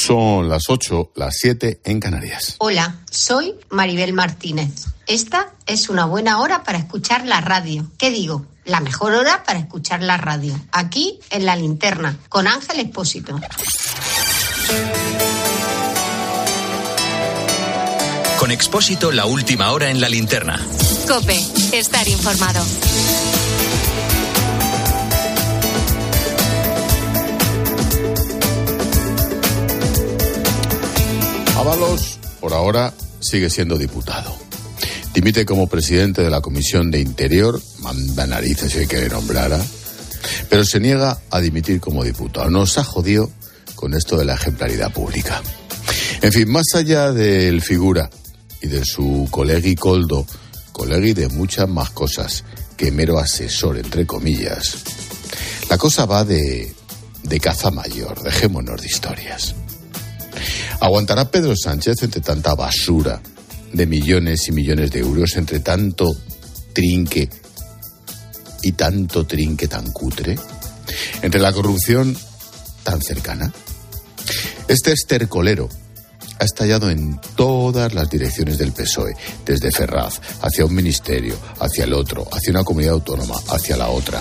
Son las 8, las 7 en Canarias. Hola, soy Maribel Martínez. Esta es una buena hora para escuchar la radio. ¿Qué digo? La mejor hora para escuchar la radio. Aquí en La Linterna, con Ángel Expósito. Con Expósito, la última hora en La Linterna. COPE, estar informado. Ábalos, por ahora, sigue siendo diputado. Dimite como presidente de la Comisión de Interior, manda narices si hay que le nombrara, pero se niega a dimitir como diputado. Nos ha jodido con esto de la ejemplaridad pública. En fin, más allá del figura y de su colegui Koldo, colegui de muchas más cosas que mero asesor, entre comillas, la cosa va de caza mayor, dejémonos de historias. ¿Aguantará Pedro Sánchez entre tanta basura de millones y millones de euros, entre tanto trinque y tanto trinque tan cutre, entre la corrupción tan cercana? Este estercolero ha estallado en todas las direcciones del PSOE, desde Ferraz, hacia un ministerio, hacia el otro, hacia una comunidad autónoma, hacia la otra.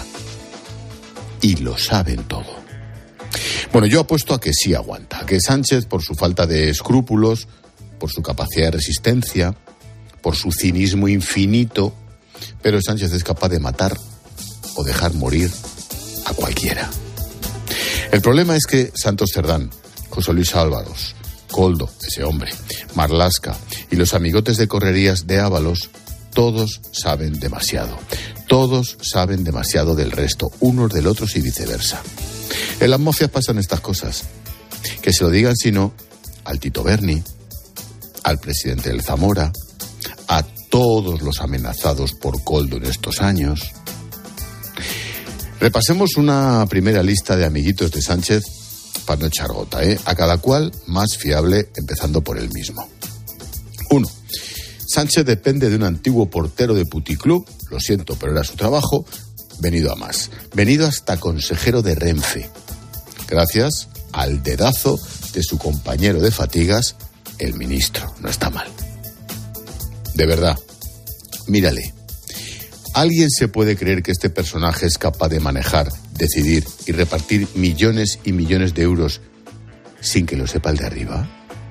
Y lo saben todo. Bueno, yo apuesto a que sí aguanta, que Sánchez, por su falta de escrúpulos, por su capacidad de resistencia, por su cinismo infinito, pero Sánchez es capaz de matar o dejar morir a cualquiera. El problema es que Santos Cerdán, José Luis Ábalos, Koldo, ese hombre, Marlaska y los amigotes de correrías de Ábalos, todos saben demasiado. Todos saben demasiado del resto, unos del otro y viceversa. En las mafias pasan estas cosas. Que se lo digan, si no, al Tito Berni, al presidente del Zamora, a todos los amenazados por Koldo en estos años. Repasemos una primera lista de amiguitos de Sánchez para no echar gota, a cada cual más fiable, empezando por él mismo. 1. Sánchez depende de un antiguo portero de puticlub, lo siento, pero era su trabajo, venido a más. Venido hasta consejero de Renfe, gracias al dedazo de su compañero de fatigas, el ministro. No está mal. De verdad, mírale. ¿Alguien se puede creer que este personaje es capaz de manejar, decidir y repartir millones y millones de euros sin que lo sepa el de arriba?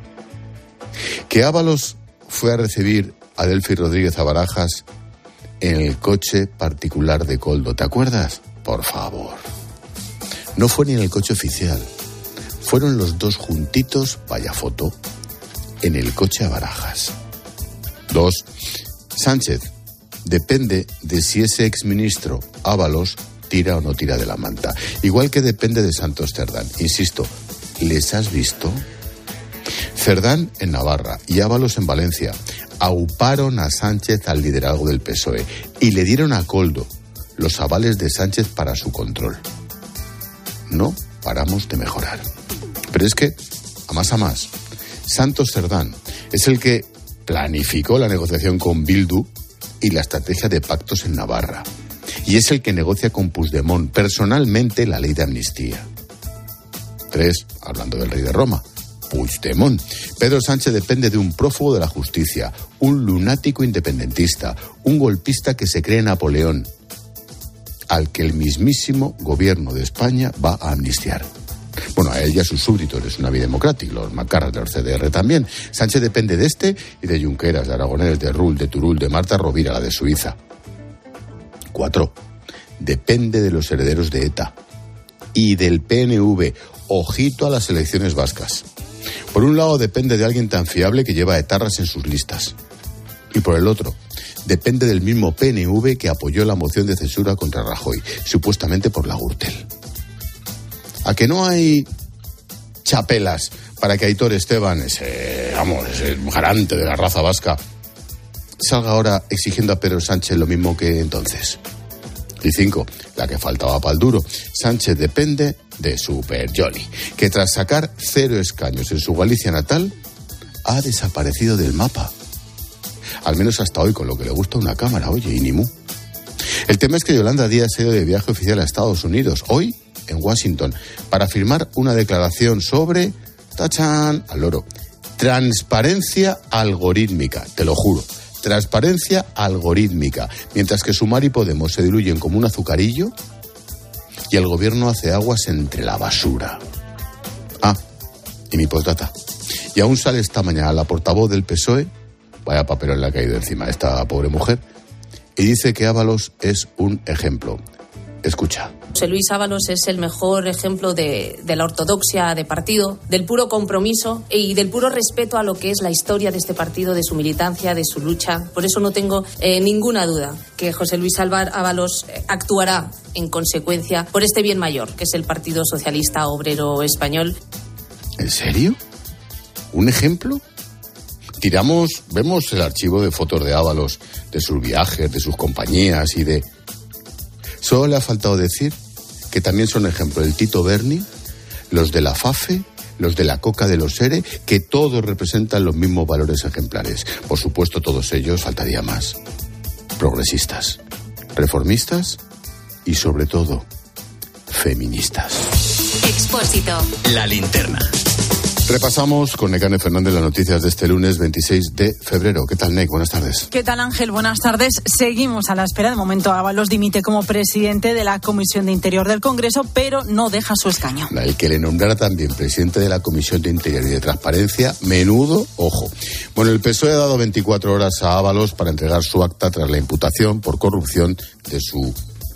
Que Ábalos fue a recibir a Delphi Rodríguez a Barajas en el coche particular de Koldo, ¿te acuerdas? Por favor. No fue ni en el coche oficial. Fueron los dos juntitos, vaya foto, en el coche a Barajas. 2. Sánchez depende de si ese exministro Ábalos tira o no tira de la manta. Igual que depende de Santos Cerdán. Insisto, ¿les has visto? Cerdán en Navarra y Ábalos en Valencia auparon a Sánchez al liderazgo del PSOE y le dieron a Koldo los avales de Sánchez para su control. No paramos de mejorar. Pero es que, a más, Santos Cerdán es el que planificó la negociación con Bildu y la estrategia de pactos en Navarra. Y es el que negocia con Puigdemont personalmente la ley de amnistía. 3. Hablando del rey de Roma, Puigdemont. Pedro Sánchez depende de un prófugo de la justicia, un lunático independentista, un golpista que se cree Napoleón, al que el mismísimo gobierno de España va a amnistiar. Bueno, a él y a sus súbditos es una vida democrática, los macarras de los CDR también. Sánchez depende de este y de Junqueras, de Aragonés, de Rull, de Turull, de Marta Rovira, la de Suiza. 4. Depende de los herederos de ETA y del PNV. Ojito a las elecciones vascas. Por un lado, depende de alguien tan fiable que lleva etarras en sus listas. Y por el otro, depende del mismo PNV que apoyó la moción de censura contra Rajoy, supuestamente por la Gürtel. ¿A que no hay chapelas para que Aitor Esteban, ese garante de la raza vasca, salga ahora exigiendo a Pedro Sánchez lo mismo que entonces? Y 5, la que faltaba para el duro. Sánchez depende de Super Johnny, que tras sacar 0 escaños en su Galicia natal, ha desaparecido del mapa. Al menos hasta hoy, con lo que le gusta una cámara, oye, y ni mu. El tema es que Yolanda Díaz se ha ido de viaje oficial a Estados Unidos, hoy en Washington, para firmar una declaración sobre ¡tachán!, al loro. Transparencia algorítmica, te lo juro. Transparencia algorítmica. Mientras que Sumar y Podemos se diluyen como un azucarillo y el gobierno hace aguas entre la basura. Y mi postdata. Y aún sale esta mañana la portavoz del PSOE, vaya papelón le ha caído encima a esta pobre mujer, y dice que Ábalos es un ejemplo. Escucha. José Luis Ábalos es el mejor ejemplo de la ortodoxia de partido, del puro compromiso y del puro respeto a lo que es la historia de este partido, de su militancia, de su lucha. Por eso no tengo ninguna duda que José Luis Ábalos actuará en consecuencia por este bien mayor, que es el Partido Socialista Obrero Español. ¿En serio? ¿Un ejemplo? Vemos el archivo de fotos de Ábalos, de sus viajes, de sus compañías y de... Solo le ha faltado decir que también son ejemplo el Tito Berni, los de la FAFE, los de la Coca de los ERE, que todos representan los mismos valores ejemplares. Por supuesto, todos ellos, faltaría más. Progresistas, reformistas y, sobre todo, feministas. Expósito. La linterna. Repasamos con Nekane Fernández las noticias de este lunes 26 de febrero. ¿Qué tal, Nek? Buenas tardes. ¿Qué tal, Ángel? Buenas tardes. Seguimos a la espera. De momento, Ábalos dimite como presidente de la Comisión de Interior del Congreso, pero no deja su escaño. El que le nombrara también presidente de la Comisión de Interior y de Transparencia, menudo ojo. Bueno, el PSOE ha dado 24 horas a Ábalos para entregar su acta tras la imputación por corrupción de su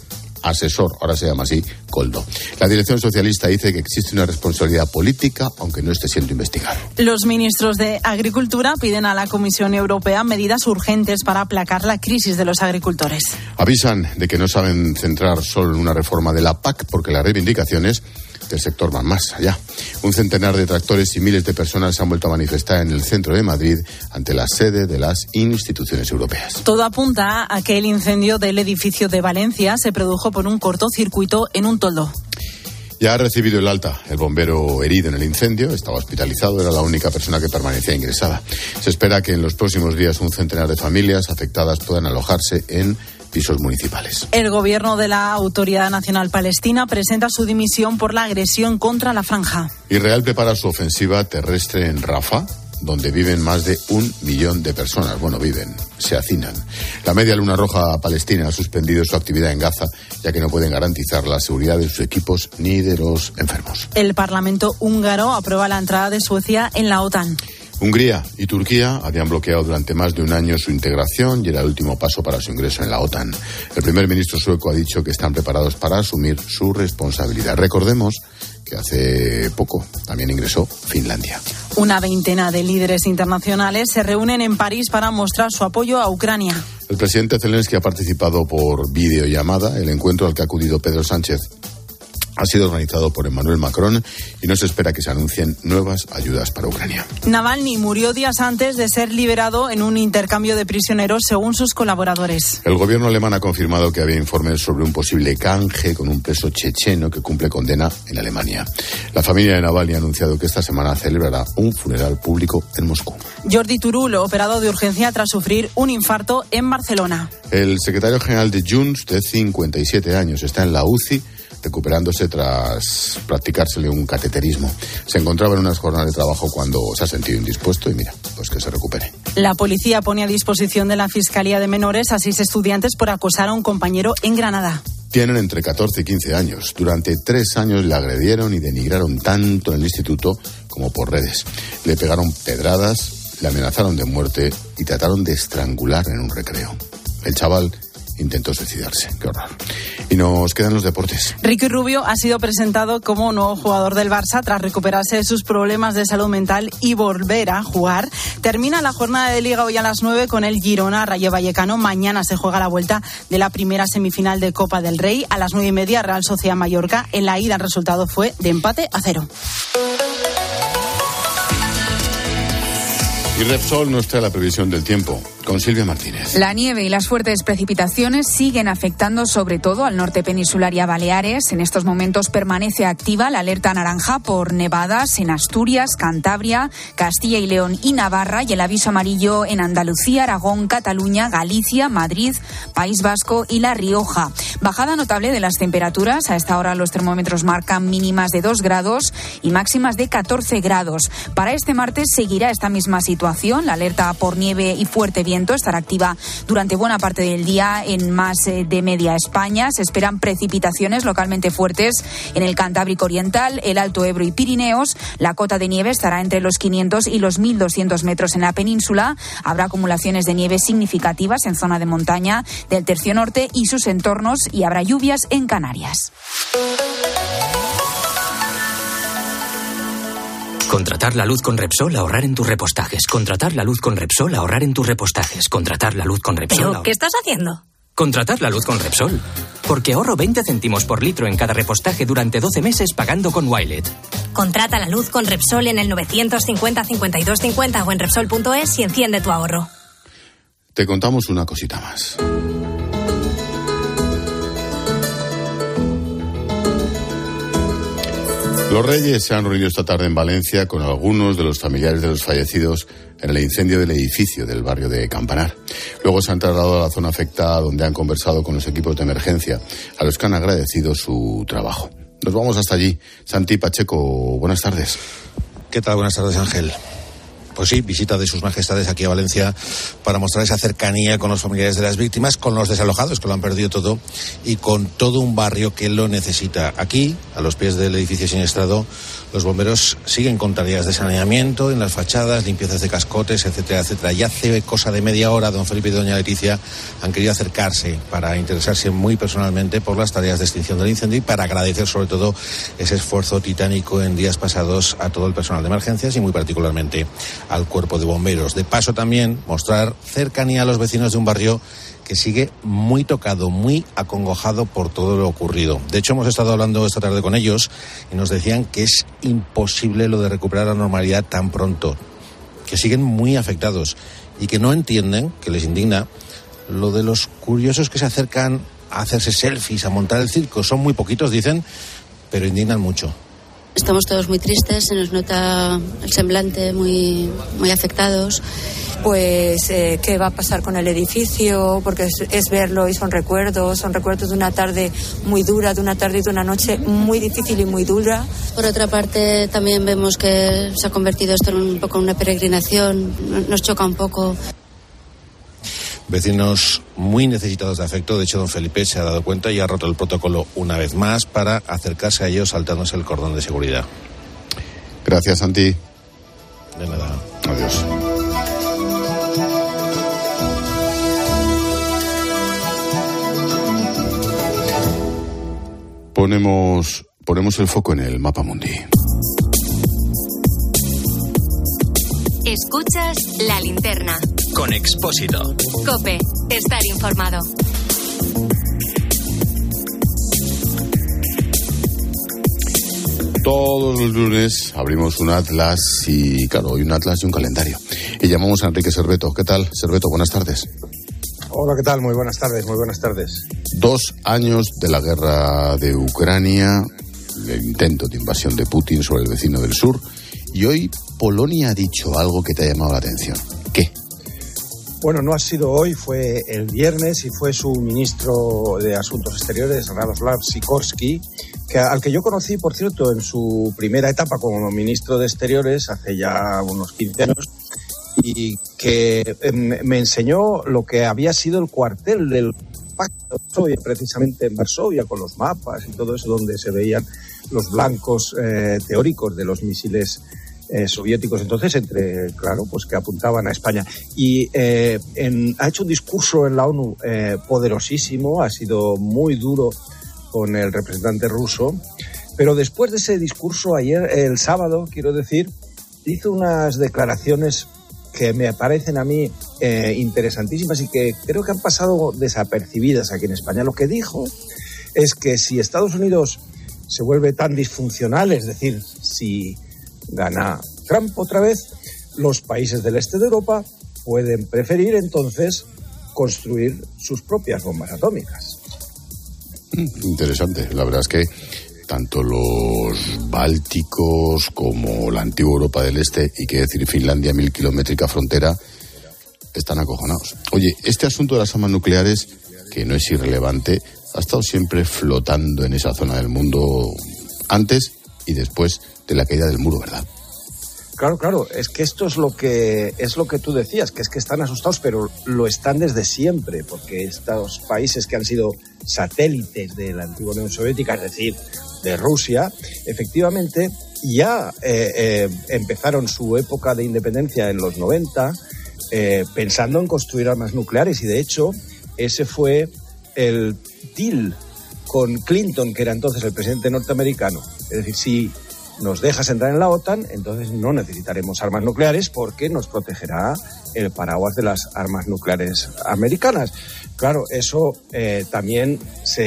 asesor, ahora se llama así, Koldo. La dirección socialista dice que existe una responsabilidad política, aunque no esté siendo investigado. Los ministros de Agricultura piden a la Comisión Europea medidas urgentes para aplacar la crisis de los agricultores. Avisan de que no saben centrar solo en una reforma de la PAC, porque las reivindicaciones del sector van más allá. Un centenar de tractores y miles de personas se han vuelto a manifestar en el centro de Madrid ante la sede de las instituciones europeas. Todo apunta a que el incendio del edificio de Valencia se produjo por un cortocircuito en un toldo. Ya ha recibido el alta el bombero herido en el incendio, estaba hospitalizado, era la única persona que permanecía ingresada. Se espera que en los próximos días un centenar de familias afectadas puedan alojarse en pisos municipales. El gobierno de la Autoridad Nacional Palestina presenta su dimisión por la agresión contra la franja. Israel prepara su ofensiva terrestre en Rafah, donde viven más de 1 millón de personas. Bueno, se hacinan. La Media Luna Roja palestina ha suspendido su actividad en Gaza, ya que no pueden garantizar la seguridad de sus equipos ni de los enfermos. El Parlamento húngaro aprueba la entrada de Suecia en la OTAN. Hungría y Turquía habían bloqueado durante más de un año su integración y era el último paso para su ingreso en la OTAN. El primer ministro sueco ha dicho que están preparados para asumir su responsabilidad. Recordemos que hace poco también ingresó Finlandia. Una veintena de líderes internacionales se reúnen en París para mostrar su apoyo a Ucrania. El presidente Zelensky ha participado por videollamada. El encuentro al que ha acudido Pedro Sánchez ha sido organizado por Emmanuel Macron y no se espera que se anuncien nuevas ayudas para Ucrania. Navalny murió días antes de ser liberado en un intercambio de prisioneros, según sus colaboradores. El gobierno alemán ha confirmado que había informes sobre un posible canje con un preso checheno que cumple condena en Alemania. La familia de Navalny ha anunciado que esta semana celebrará un funeral público en Moscú. Jordi Turull, operado de urgencia tras sufrir un infarto en Barcelona. El secretario general de Junts, de 57 años, está en la UCI, recuperándose tras practicársele un cateterismo. Se encontraba en unas jornadas de trabajo cuando se ha sentido indispuesto y mira, pues que se recupere. La policía pone a disposición de la Fiscalía de Menores a 6 estudiantes por acosar a un compañero en Granada. Tienen entre 14 y 15 años. Durante 3 años le agredieron y denigraron tanto en el instituto como por redes. Le pegaron pedradas, le amenazaron de muerte y trataron de estrangular en un recreo. El chaval intentó suicidarse. Qué horror. Y nos quedan los deportes. Ricky Rubio ha sido presentado como nuevo jugador del Barça tras recuperarse de sus problemas de salud mental y volver a jugar. Termina la jornada de Liga hoy a las 9 con el Girona Rayo Vallecano. Mañana se juega la vuelta de la primera semifinal de Copa del Rey. A las 9:30 Real Sociedad Mallorca. En la ida el resultado fue de empate a 0. Y Repsol nos trae la previsión del tiempo. con Silvia Martínez. La nieve y las fuertes precipitaciones siguen afectando sobre todo al norte peninsular y a Baleares. En estos momentos permanece activa la alerta naranja por nevadas en Asturias, Cantabria, Castilla y León y Navarra, y el aviso amarillo en Andalucía, Aragón, Cataluña, Galicia, Madrid, País Vasco y La Rioja. Bajada notable de las temperaturas. A esta hora los termómetros marcan mínimas de 2 grados y máximas de 14 grados. Para este martes seguirá esta misma situación. La alerta por nieve y fuerte viento estará activa durante buena parte del día en más de media España. Se esperan precipitaciones localmente fuertes en el Cantábrico Oriental, el Alto Ebro y Pirineos. La cota de nieve estará entre los 500 y los 1.200 metros en la península. Habrá acumulaciones de nieve significativas en zona de montaña del tercio norte y sus entornos, y habrá lluvias en Canarias. Contratar la luz con Repsol, ahorrar en tus repostajes. Contratar la luz con Repsol, ahorrar en tus repostajes. Contratar la luz con Repsol. ¿Pero qué estás haciendo? Contratar la luz con Repsol. Porque ahorro 20 céntimos por litro en cada repostaje durante 12 meses pagando con Wilet. Contrata la luz con Repsol en el 950 52 50 o en Repsol.es y enciende tu ahorro. Te contamos una cosita más. Los Reyes se han reunido esta tarde en Valencia con algunos de los familiares de los fallecidos en el incendio del edificio del barrio de Campanar. Luego se han trasladado a la zona afectada, donde han conversado con los equipos de emergencia, a los que han agradecido su trabajo. Nos vamos hasta allí. Santi Pacheco, buenas tardes. ¿Qué tal? Buenas tardes, Ángel. Pues sí, visita de sus majestades aquí a Valencia para mostrar esa cercanía con los familiares de las víctimas, con los desalojados que lo han perdido todo y con todo un barrio que lo necesita. Aquí, a los pies del edificio siniestrado, los bomberos siguen con tareas de saneamiento en las fachadas, limpiezas de cascotes, etcétera, etcétera. Ya hace cosa de media hora, don Felipe y doña Leticia han querido acercarse para interesarse muy personalmente por las tareas de extinción del incendio y para agradecer sobre todo ese esfuerzo titánico en días pasados a todo el personal de emergencias y muy particularmente al cuerpo de bomberos. De paso también mostrar cercanía a los vecinos de un barrio que sigue muy tocado, muy acongojado por todo lo ocurrido. De hecho, hemos estado hablando esta tarde con ellos y nos decían que es imposible lo de recuperar la normalidad tan pronto, que siguen muy afectados y que no entienden, que les indigna, lo de los curiosos que se acercan a hacerse selfies, a montar el circo. Son muy poquitos, dicen, pero indignan mucho. Estamos todos muy tristes, se nos nota el semblante muy afectados. Pues qué va a pasar con el edificio, porque es verlo y son recuerdos de una tarde muy dura, de una tarde y de una noche muy difícil y muy dura. Por otra parte, también vemos que se ha convertido esto en un poco en una peregrinación, nos choca un poco. Vecinos muy necesitados de afecto. De hecho, don Felipe se ha dado cuenta y ha roto el protocolo una vez más para acercarse a ellos saltándose el cordón de seguridad. Gracias, Santi. De nada. Adiós. Ponemos el foco en el mapa mundi. Escuchas La Linterna. Con Expósito. COPE. Estar informado. Todos los lunes abrimos un atlas y, claro, hoy un atlas y un calendario. Y llamamos a Enrique Serveto. ¿Qué tal, Serveto? Buenas tardes. Hola, ¿qué tal? Muy buenas tardes, muy buenas tardes. 2 años de la guerra de Ucrania, el intento de invasión de Putin sobre el vecino del sur, y hoy Polonia ha dicho algo que te ha llamado la atención. ¿Qué? Bueno, no ha sido hoy, fue el viernes y fue su ministro de Asuntos Exteriores, Radoslav Sikorski, al que yo conocí, por cierto, en su primera etapa como ministro de Exteriores hace ya unos 15 años, y que me enseñó lo que había sido el cuartel del Pacto de Varsovia, precisamente en Varsovia, con los mapas y todo eso, donde se veían los blancos teóricos de los misiles soviéticos entonces, claro, pues que apuntaban a España. Y ha hecho un discurso en la ONU poderosísimo, ha sido muy duro con el representante ruso, pero después de ese discurso, ayer, el sábado, quiero decir, hizo unas declaraciones que me parecen a mí interesantísimas y que creo que han pasado desapercibidas aquí en España. Lo que dijo es que si Estados Unidos se vuelve tan disfuncional, es decir, si gana Trump otra vez, los países del este de Europa pueden preferir entonces construir sus propias bombas atómicas. Interesante. La verdad es que tanto los bálticos como la antigua Europa del Este, y qué decir Finlandia, 1000-kilométrica frontera, están acojonados. Oye, este asunto de las armas nucleares, que no es irrelevante, ha estado siempre flotando en esa zona del mundo antes y después de la caída del muro, ¿verdad? Claro, es que esto es lo que tú decías, que es que están asustados, pero lo están desde siempre, porque estos países que han sido satélites de la antigua Unión Soviética, es decir, de Rusia, efectivamente ya empezaron su época de independencia en los 90, pensando en construir armas nucleares, y de hecho ese fue el deal con Clinton, que era entonces el presidente norteamericano. Es decir, si nos dejas entrar en la OTAN, entonces no necesitaremos armas nucleares porque nos protegerá el paraguas de las armas nucleares americanas. Claro, eso también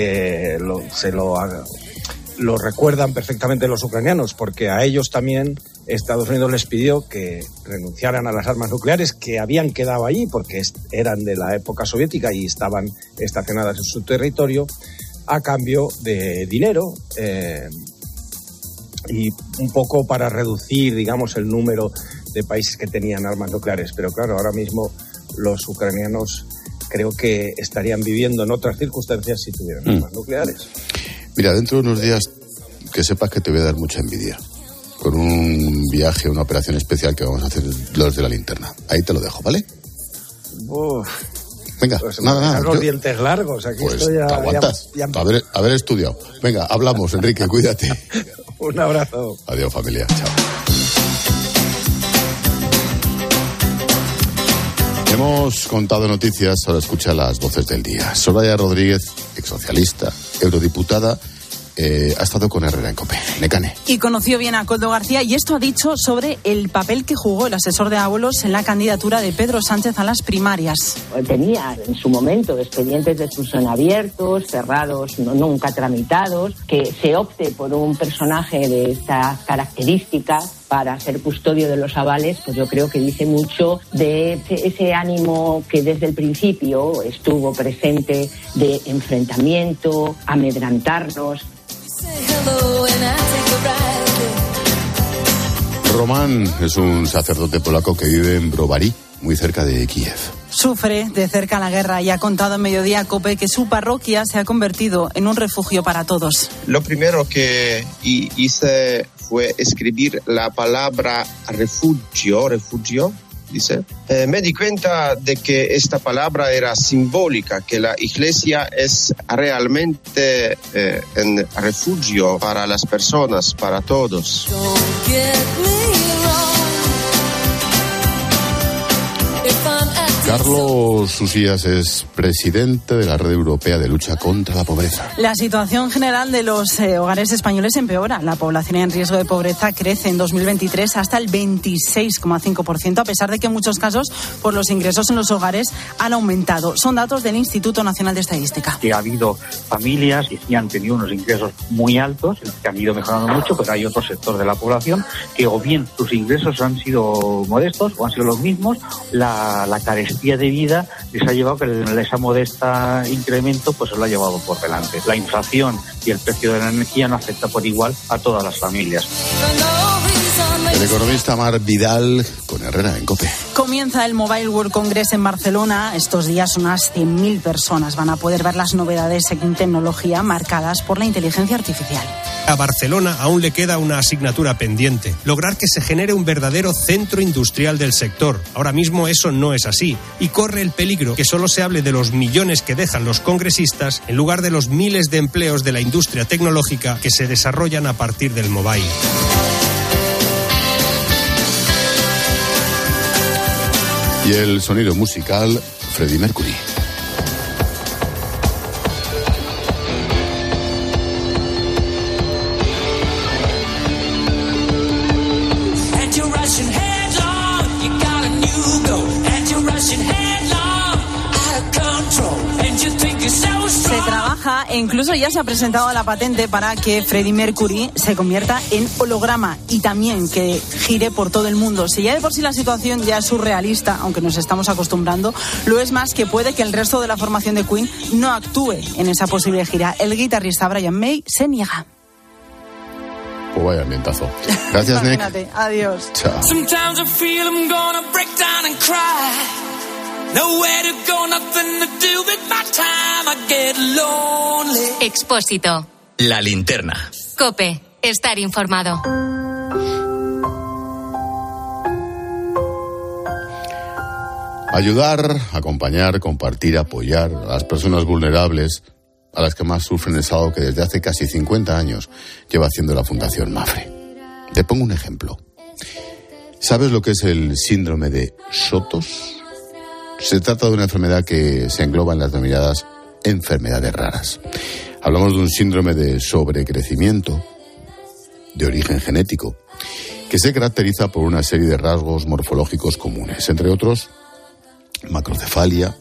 lo recuerdan perfectamente los ucranianos, porque a ellos también Estados Unidos les pidió que renunciaran a las armas nucleares que habían quedado allí porque eran de la época soviética y estaban estacionadas en su territorio, a cambio de dinero, y un poco para reducir, digamos, el número de países que tenían armas nucleares. Pero claro, ahora mismo los ucranianos creo que estarían viviendo en otras circunstancias si tuvieran armas nucleares. Mira, dentro de unos días, que sepas que te voy a dar mucha envidia con un viaje, una operación especial que vamos a hacer los de la linterna. Ahí te lo dejo, ¿vale? Uf. Venga, pues nada. Los dientes largos. Aquí pues estoy te aguantas. Haber estudiado. Venga, hablamos, Enrique, cuídate. Un abrazo. Adiós, familia. Chao. Hemos contado noticias, ahora escucha las voces del día. Soraya Rodríguez, exsocialista, eurodiputada, ha estado con Herrera en COPE. Necane. Y conoció bien a Koldo García, y esto ha dicho sobre el papel que jugó el asesor de Ábalos en la candidatura de Pedro Sánchez a las primarias. Tenía en su momento expedientes de exclusión abiertos, cerrados, nunca tramitados. Que se opte por un personaje de estas características para ser custodio de los avales, pues yo creo que dice mucho de ese ánimo que desde el principio estuvo presente de enfrentamiento, amedrantarnos. Román es un sacerdote polaco que vive en Brovary, muy cerca de Kiev. Sufre de cerca la guerra y ha contado en Mediodía COPE que su parroquia se ha convertido en un refugio para todos. Lo primero que hice fue escribir la palabra refugio, dice. Me di cuenta de que esta palabra era simbólica, que la iglesia es realmente un refugio para las personas, para todos. Carlos Usías es presidente de la Red Europea de Lucha contra la Pobreza. La situación general de los hogares españoles empeora. La población en riesgo de pobreza crece en 2023 hasta el 26,5%, a pesar de que en muchos casos pues, los ingresos en los hogares han aumentado. Son datos del Instituto Nacional de Estadística. Que ha habido familias que han tenido unos ingresos muy altos, que han ido mejorando mucho, pero hay otro sector de la población que o bien sus ingresos han sido modestos o han sido los mismos, la carestía de vida les ha llevado que esa modesta incremento pues se lo ha llevado por delante. La inflación y el precio de la energía no afecta por igual a todas las familias. El economista Mar Vidal con Herrera en COPE. Comienza el Mobile World Congress en Barcelona. Estos días unas 100.000 personas van a poder ver las novedades en tecnología marcadas por la inteligencia artificial. A Barcelona aún le queda una asignatura pendiente: lograr que se genere un verdadero centro industrial del sector. Ahora mismo eso no es así y corre el peligro que solo se hable de los millones que dejan los congresistas en lugar de los miles de empleos de la industria tecnológica que se desarrollan a partir del mobile. Y el sonido musical, Freddie Mercury. e incluso ya se ha presentado la patente para que Freddie Mercury se convierta en holograma y también que gire por todo el mundo. Si ya de por sí la situación ya es surrealista, aunque nos estamos acostumbrando, lo es más que puede que el resto de la formación de Queen no actúe en esa posible gira. El guitarrista Brian May se niega. Pues vaya ambientazo. Gracias, Nick. Adiós. Chao. Expósito. La linterna. COPE. Estar informado. Ayudar, acompañar, compartir, apoyar a las personas vulnerables, a las que más sufren, es algo que desde hace casi 50 años lleva haciendo la Fundación Mafre. Te pongo un ejemplo. ¿Sabes lo que es el síndrome de Sotos? Se trata de una enfermedad que se engloba en las denominadas enfermedades raras. Hablamos de un síndrome de sobrecrecimiento de origen genético que se caracteriza por una serie de rasgos morfológicos comunes, entre otros macrocefalia,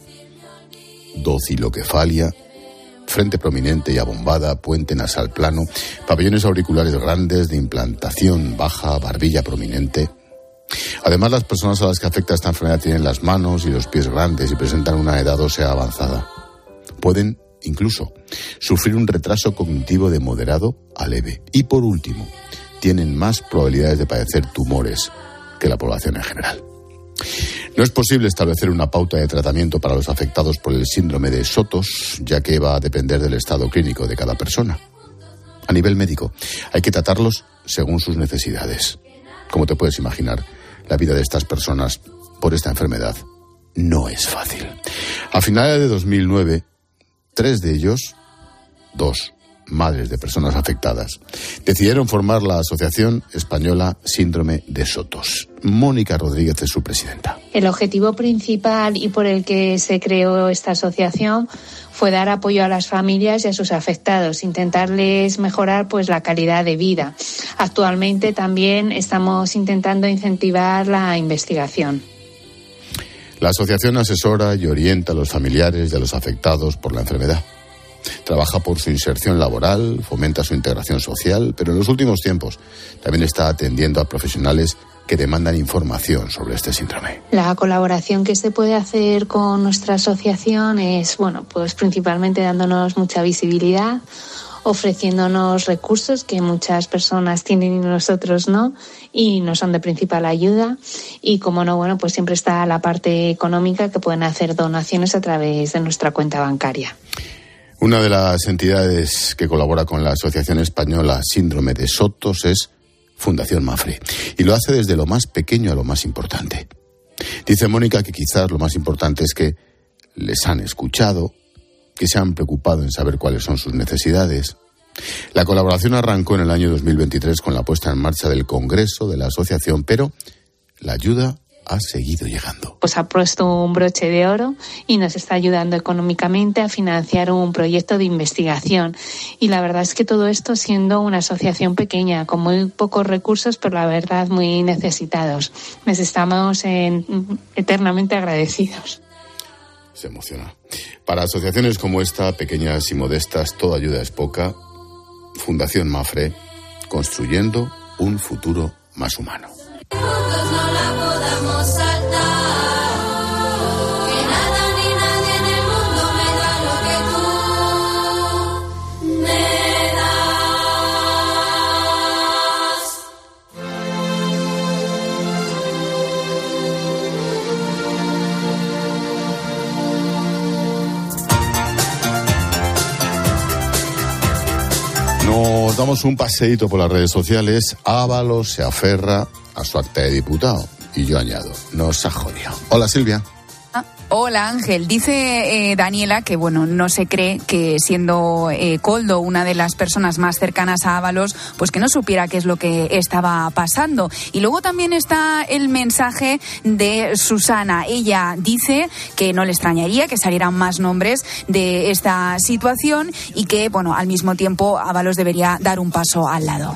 dociloquefalia, frente prominente y abombada, puente nasal plano, pabellones auriculares grandes de implantación baja, barbilla prominente. Además, las personas a las que afecta esta enfermedad tienen las manos y los pies grandes y presentan una edad ósea avanzada. Pueden, incluso, sufrir un retraso cognitivo de moderado a leve. Y, por último, tienen más probabilidades de padecer tumores que la población en general. No es posible establecer una pauta de tratamiento para los afectados por el síndrome de Sotos, ya que va a depender del estado clínico de cada persona. A nivel médico, hay que tratarlos según sus necesidades. Como te puedes imaginar, la vida de estas personas por esta enfermedad no es fácil. A finales de 2009, 3 de ellos, 2 madres de personas afectadas, decidieron formar la Asociación Española Síndrome de Sotos. Mónica Rodríguez es su presidenta. El objetivo principal y por el que se creó esta asociación fue dar apoyo a las familias y a sus afectados, intentarles mejorar pues la calidad de vida. Actualmente también estamos intentando incentivar la investigación. La asociación asesora y orienta a los familiares y a los afectados por la enfermedad. Trabaja por su inserción laboral, fomenta su integración social, pero en los últimos tiempos también está atendiendo a profesionales que demandan información sobre este síndrome. La colaboración que se puede hacer con nuestra asociación es, pues principalmente dándonos mucha visibilidad, ofreciéndonos recursos que muchas personas tienen y nosotros no, y nos son de principal ayuda. Y como no, pues siempre está la parte económica, que pueden hacer donaciones a través de nuestra cuenta bancaria. Una de las entidades que colabora con la Asociación Española Síndrome de Sotos es Fundación Mafre, y lo hace desde lo más pequeño a lo más importante. Dice Mónica que quizás lo más importante es que les han escuchado, que se han preocupado en saber cuáles son sus necesidades. La colaboración arrancó en el año 2023 con la puesta en marcha del Congreso de la Asociación, pero la ayuda ha seguido llegando. Pues ha puesto un broche de oro y nos está ayudando económicamente a financiar un proyecto de investigación. Y la verdad es que todo esto siendo una asociación pequeña, con muy pocos recursos, pero la verdad muy necesitados. Les estamos eternamente agradecidos. Se emociona. Para asociaciones como esta, pequeñas y modestas, toda ayuda es poca. Fundación Mafre, construyendo un futuro más humano. Nos damos un paseíto por las redes sociales. Ábalos se aferra a su acta de diputado. Y yo añado, nos ha jodido. Hola, Silvia. Hola, Ángel. Dice Daniela que, no se cree que siendo Koldo una de las personas más cercanas a Ábalos, pues que no supiera qué es lo que estaba pasando. Y luego también está el mensaje de Susana. Ella dice que no le extrañaría que salieran más nombres de esta situación y que, al mismo tiempo Ábalos debería dar un paso al lado.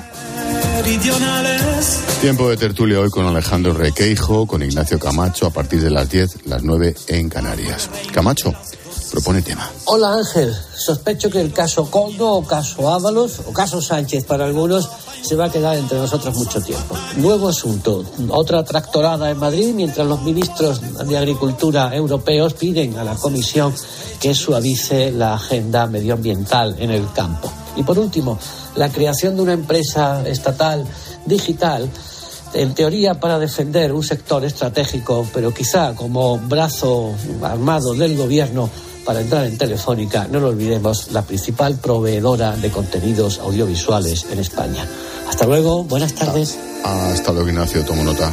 Tiempo de tertulia hoy con Alejandro Requeijo, con Ignacio Camacho, a partir de las 10, las 9 en Canarias. Camacho, propone tema. Hola Ángel, sospecho que el caso Coldo o caso Ábalos o caso Sánchez para algunos se va a quedar entre nosotros mucho tiempo. Nuevo asunto, otra tractorada en Madrid mientras los ministros de Agricultura europeos piden a la Comisión que suavice la agenda medioambiental en el campo. Y por último, la creación de una empresa estatal digital, en teoría para defender un sector estratégico, pero quizá como brazo armado del gobierno para entrar en Telefónica, no lo olvidemos, la principal proveedora de contenidos audiovisuales en España. Hasta luego, buenas tardes. Hasta luego, Ignacio, tomo nota.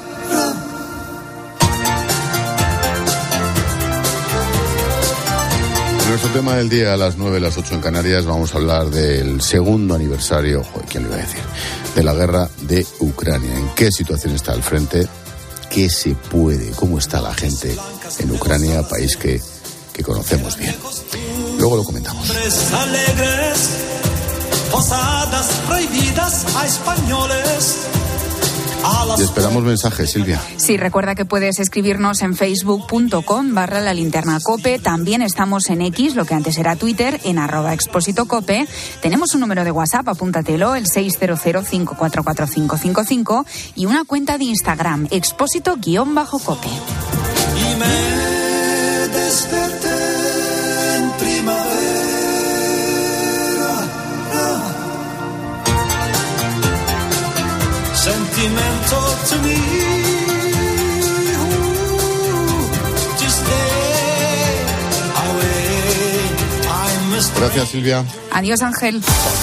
En nuestro tema del día, a las 9, las 8 en Canarias, vamos a hablar del segundo aniversario, ¿quién lo iba a decir?, de la guerra de Ucrania. ¿En qué situación está al frente? ¿Qué se puede? ¿Cómo está la gente en Ucrania, país que conocemos bien? Luego lo comentamos. Alegres, posadas prohibidas a españoles. Y esperamos mensajes, Silvia. Sí, recuerda que puedes escribirnos en facebook.com/lalinternacope. También estamos en X, lo que antes era Twitter, en @expósitocope. Tenemos un número de WhatsApp, apúntatelo, el 600-544-555, y una cuenta de Instagram, expósito_cope. Y me desperté en primavera. Sentimento to me. To stay away. Gracias, Silvia. Adiós, Ángel.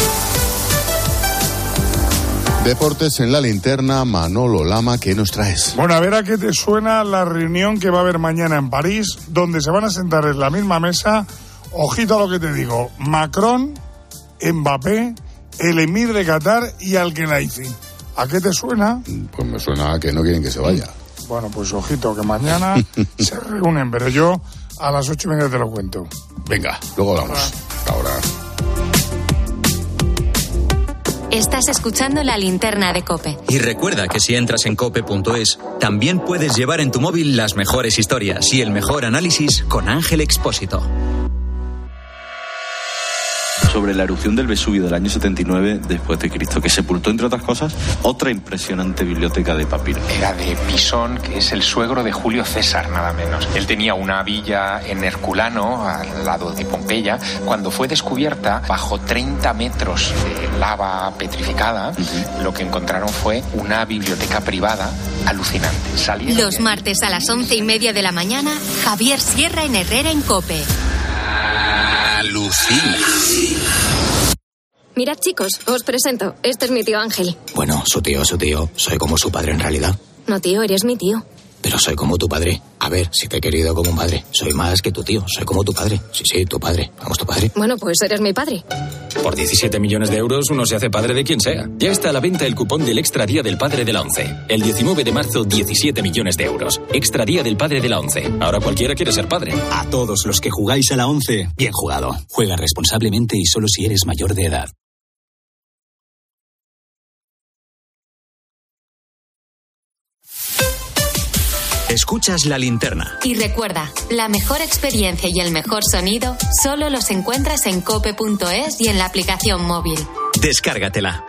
Deportes en la linterna, Manolo Lama, ¿qué nos traes? Bueno, a ver a qué te suena la reunión que va a haber mañana en París, donde se van a sentar en la misma mesa, ojito a lo que te digo, Macron, Mbappé, el emir de Qatar y Al-Khelaifi. ¿A qué te suena? Pues me suena a que no quieren que se vaya. Bueno, pues ojito, que mañana se reúnen, pero yo a las 8:30 te lo cuento. Venga, luego hablamos. Hasta ahora. Estás escuchando La Linterna de COPE. Y recuerda que si entras en cope.es, también puedes llevar en tu móvil las mejores historias y el mejor análisis con Ángel Expósito. Sobre la erupción del Vesubio del año 79 después de Cristo, que sepultó, entre otras cosas, otra impresionante biblioteca de papiros. Era de Pisón, que es el suegro de Julio César, nada menos. Él tenía una villa en Herculano, al lado de Pompeya. Cuando fue descubierta, bajo 30 metros de lava petrificada, lo que encontraron fue una biblioteca privada alucinante. Los martes a las 11:30 de la mañana, Javier Sierra en Herrera en COPE. Alucina. Mirad, chicos, os presento. Este es mi tío Ángel. Bueno, su tío. Soy como su padre en realidad. No, tío, eres mi tío. Pero soy como tu padre. A ver, si te he querido como un padre. Soy más que tu tío. Soy como tu padre. Sí, tu padre. Vamos, tu padre. Bueno, pues eres mi padre. Por 17 millones de euros uno se hace padre de quien sea. Ya está a la venta el cupón del Extra Día del Padre de la ONCE. El 19 de marzo, 17 millones de euros. Extra Día del Padre de la ONCE. Ahora cualquiera quiere ser padre. A todos los que jugáis a la ONCE, bien jugado. Juega responsablemente y solo si eres mayor de edad. Escuchas La Linterna. Y recuerda, la mejor experiencia y el mejor sonido solo los encuentras en cope.es y en la aplicación móvil. Descárgatela.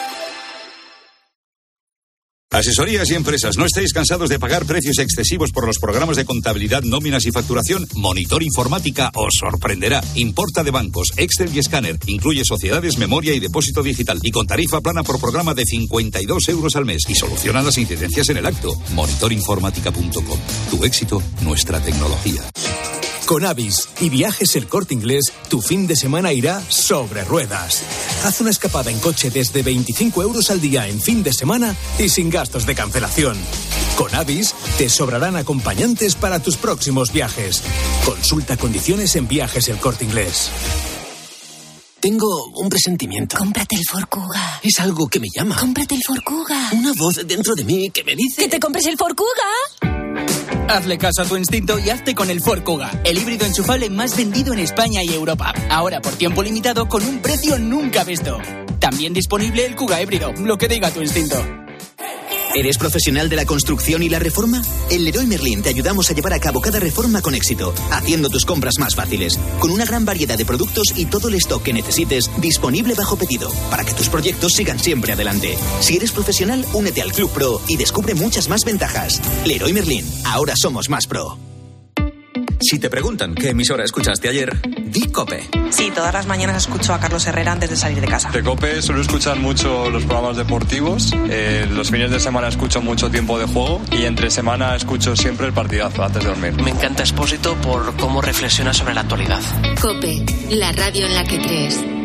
Asesorías y empresas, ¿no estáis cansados de pagar precios excesivos por los programas de contabilidad, nóminas y facturación? Monitor Informática os sorprenderá. Importa de bancos, Excel y escáner. Incluye sociedades, memoria y depósito digital. Y con tarifa plana por programa de 52 euros al mes. Y soluciona las incidencias en el acto. Monitorinformática.com. Tu éxito, nuestra tecnología. Con Avis y Viajes El Corte Inglés, tu fin de semana irá sobre ruedas. Haz una escapada en coche desde 25 euros al día en fin de semana y sin gastos de cancelación. Con Avis te sobrarán acompañantes para tus próximos viajes. Consulta condiciones en Viajes El Corte Inglés. Tengo un presentimiento. Cómprate el Ford Kuga. Es algo que me llama. Cómprate el Ford Kuga. Una voz dentro de mí que me dice... ¡Que te compres el Ford Kuga! Hazle caso a tu instinto y hazte con el Ford Kuga, el híbrido enchufable más vendido en España y Europa. Ahora por tiempo limitado con un precio nunca visto. También disponible el Kuga híbrido, lo que diga tu instinto. ¿Eres profesional de la construcción y la reforma? En Leroy Merlin te ayudamos a llevar a cabo cada reforma con éxito, haciendo tus compras más fáciles, con una gran variedad de productos y todo el stock que necesites disponible bajo pedido, para que tus proyectos sigan siempre adelante. Si eres profesional, únete al Club Pro y descubre muchas más ventajas. Leroy Merlin, ahora somos más pro. Si te preguntan qué emisora escuchaste ayer, di COPE. Sí, todas las mañanas escucho a Carlos Herrera antes de salir de casa. De COPE suelo escuchar mucho los programas deportivos, los fines de semana escucho mucho Tiempo de Juego y entre semana escucho siempre el partidazo antes de dormir. Me encanta Expósito por cómo reflexiona sobre la actualidad. COPE, la radio en la que crees.